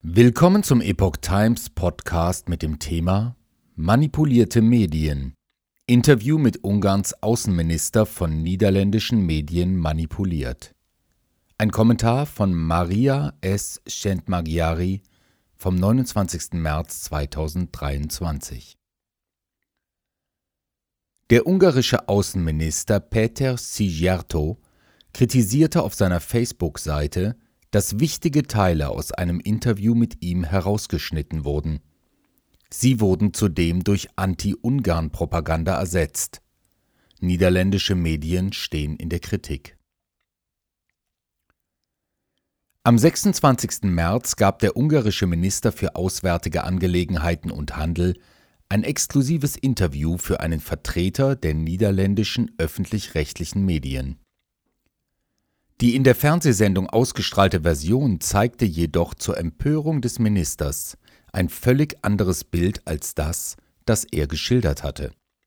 Willkommen zum Epoch Times Podcast mit dem Thema Manipulierte Medien. Interview mit Ungarns Außenminister von niederländischen Medien manipuliert. Ein Kommentar von Maria S. Szentmágyari vom 29. März 2023. Der ungarische Außenminister Péter Szijjártó kritisierte auf seiner Facebook-Seite, dass wichtige Teile aus einem Interview mit ihm herausgeschnitten wurden. Sie wurden zudem durch Anti-Ungarn-Propaganda ersetzt. Niederländische Medien stehen in der Kritik. Am 26. März gab der ungarische Minister für Auswärtige Angelegenheiten und Handel ein exklusives Interview für einen Vertreter der niederländischen öffentlich-rechtlichen Medien. Die in der Fernsehsendung ausgestrahlte Version zeigte jedoch zur Empörung des Ministers ein völlig anderes Bild als das er geschildert hatte.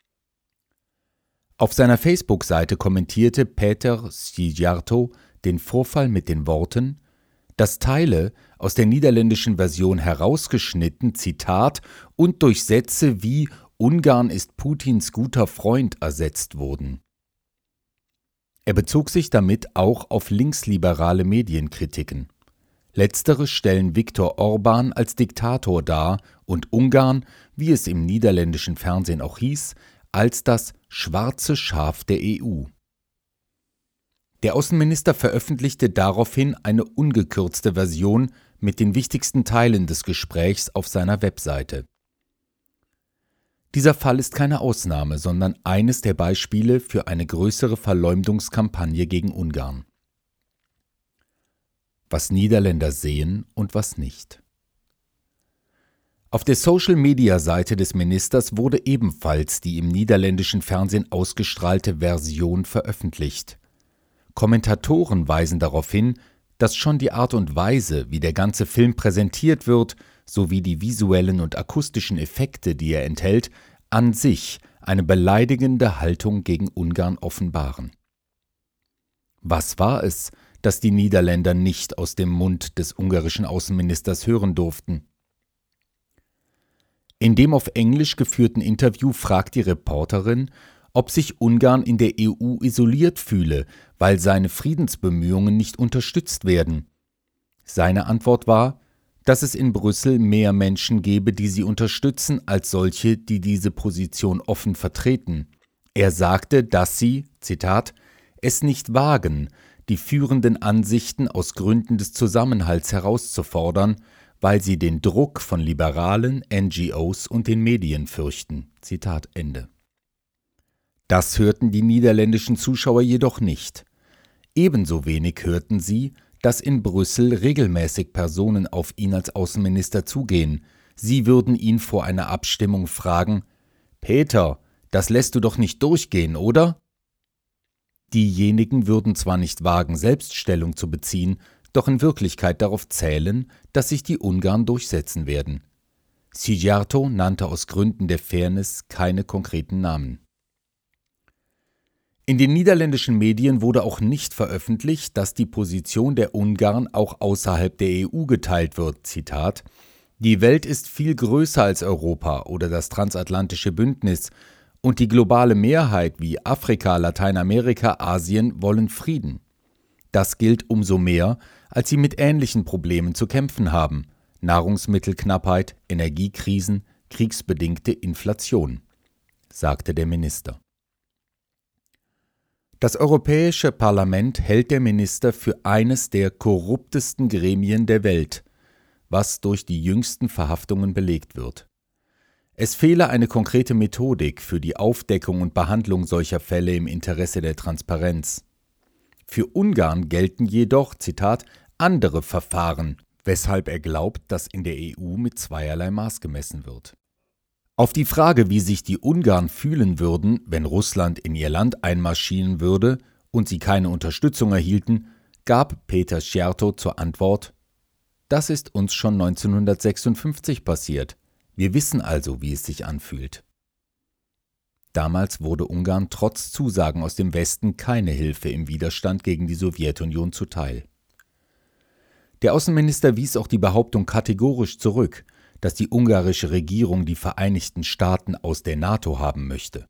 Auf seiner Facebook-Seite kommentierte Péter Szijjártó den Vorfall mit den Worten, dass Teile aus der niederländischen Version herausgeschnitten, Zitat, und durch Sätze wie »Ungarn ist Putins guter Freund« ersetzt wurden. Er bezog sich damit auch auf linksliberale Medienkritiken. Letztere stellen Viktor Orbán als Diktator dar und Ungarn, wie es im niederländischen Fernsehen auch hieß, als das »schwarze Schaf der EU«. Der Außenminister veröffentlichte daraufhin eine ungekürzte Version mit den wichtigsten Teilen des Gesprächs auf seiner Webseite. Dieser Fall ist keine Ausnahme, sondern eines der Beispiele für eine größere Verleumdungskampagne gegen Ungarn. Was Niederländer sehen und was nicht. Auf der Social-Media-Seite des Ministers wurde ebenfalls die im niederländischen Fernsehen ausgestrahlte Version veröffentlicht. Kommentatoren weisen darauf hin, dass schon die Art und Weise, wie der ganze Film präsentiert wird, sowie die visuellen und akustischen Effekte, die er enthält, an sich eine beleidigende Haltung gegen Ungarn offenbaren. Was war es, das die Niederländer nicht aus dem Mund des ungarischen Außenministers hören durften? In dem auf Englisch geführten Interview fragt die Reporterin, ob sich Ungarn in der EU isoliert fühle, weil seine Friedensbemühungen nicht unterstützt werden. Seine Antwort war, dass es in Brüssel mehr Menschen gebe, die sie unterstützen, als solche, die diese Position offen vertreten. Er sagte, dass sie, Zitat, es nicht wagen, die führenden Ansichten aus Gründen des Zusammenhalts herauszufordern, weil sie den Druck von Liberalen, NGOs und den Medien fürchten. Zitat Ende. Das hörten die niederländischen Zuschauer jedoch nicht. Ebenso wenig hörten sie, dass in Brüssel regelmäßig Personen auf ihn als Außenminister zugehen. Sie würden ihn vor einer Abstimmung fragen: »Peter, das lässt du doch nicht durchgehen, oder?« Diejenigen würden zwar nicht wagen, selbst Stellung zu beziehen, doch in Wirklichkeit darauf zählen, dass sich die Ungarn durchsetzen werden. Szijjártó nannte aus Gründen der Fairness keine konkreten Namen. In den niederländischen Medien wurde auch nicht veröffentlicht, dass die Position der Ungarn auch außerhalb der EU geteilt wird. Zitat: »Die Welt ist viel größer als Europa oder das transatlantische Bündnis und die globale Mehrheit wie Afrika, Lateinamerika, Asien wollen Frieden. Das gilt umso mehr, als sie mit ähnlichen Problemen zu kämpfen haben: Nahrungsmittelknappheit, Energiekrisen, kriegsbedingte Inflation«, sagte der Minister. Das Europäische Parlament hält der Minister für eines der korruptesten Gremien der Welt, was durch die jüngsten Verhaftungen belegt wird. Es fehle eine konkrete Methodik für die Aufdeckung und Behandlung solcher Fälle im Interesse der Transparenz. Für Ungarn gelten jedoch, Zitat, andere Verfahren, weshalb er glaubt, dass in der EU mit zweierlei Maß gemessen wird. Auf die Frage, wie sich die Ungarn fühlen würden, wenn Russland in ihr Land einmarschieren würde und sie keine Unterstützung erhielten, gab Péter Szijjártó zur Antwort: »Das ist uns schon 1956 passiert. Wir wissen also, wie es sich anfühlt.« Damals wurde Ungarn trotz Zusagen aus dem Westen keine Hilfe im Widerstand gegen die Sowjetunion zuteil. Der Außenminister wies auch die Behauptung kategorisch zurück, dass die ungarische Regierung die Vereinigten Staaten aus der NATO haben möchte.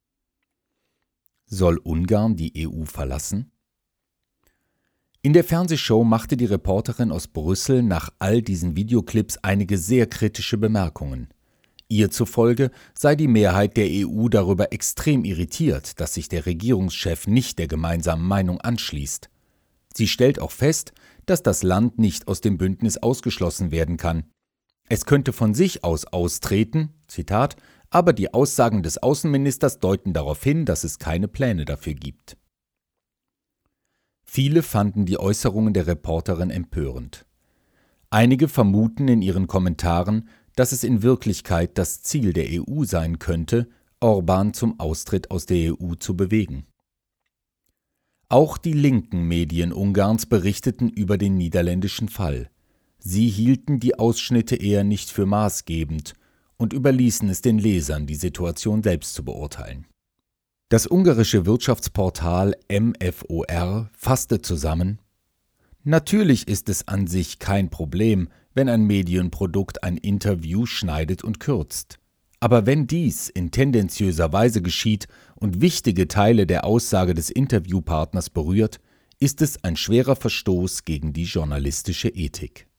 Soll Ungarn die EU verlassen? In der Fernsehshow machte die Reporterin aus Brüssel nach all diesen Videoclips einige sehr kritische Bemerkungen. Ihr zufolge sei die Mehrheit der EU darüber extrem irritiert, dass sich der Regierungschef nicht der gemeinsamen Meinung anschließt. Sie stellt auch fest, dass das Land nicht aus dem Bündnis ausgeschlossen werden kann. Es könnte von sich aus austreten, Zitat, aber die Aussagen des Außenministers deuten darauf hin, dass es keine Pläne dafür gibt. Viele fanden die Äußerungen der Reporterin empörend. Einige vermuten in ihren Kommentaren, dass es in Wirklichkeit das Ziel der EU sein könnte, Orbán zum Austritt aus der EU zu bewegen. Auch die linken Medien Ungarns berichteten über den niederländischen Fall. Sie hielten die Ausschnitte eher nicht für maßgebend und überließen es den Lesern, die Situation selbst zu beurteilen. Das ungarische Wirtschaftsportal MFOR fasste zusammen: Natürlich ist es an sich kein Problem, wenn ein Medienprodukt ein Interview schneidet und kürzt. Aber wenn dies in tendenziöser Weise geschieht und wichtige Teile der Aussage des Interviewpartners berührt, ist es ein schwerer Verstoß gegen die journalistische Ethik.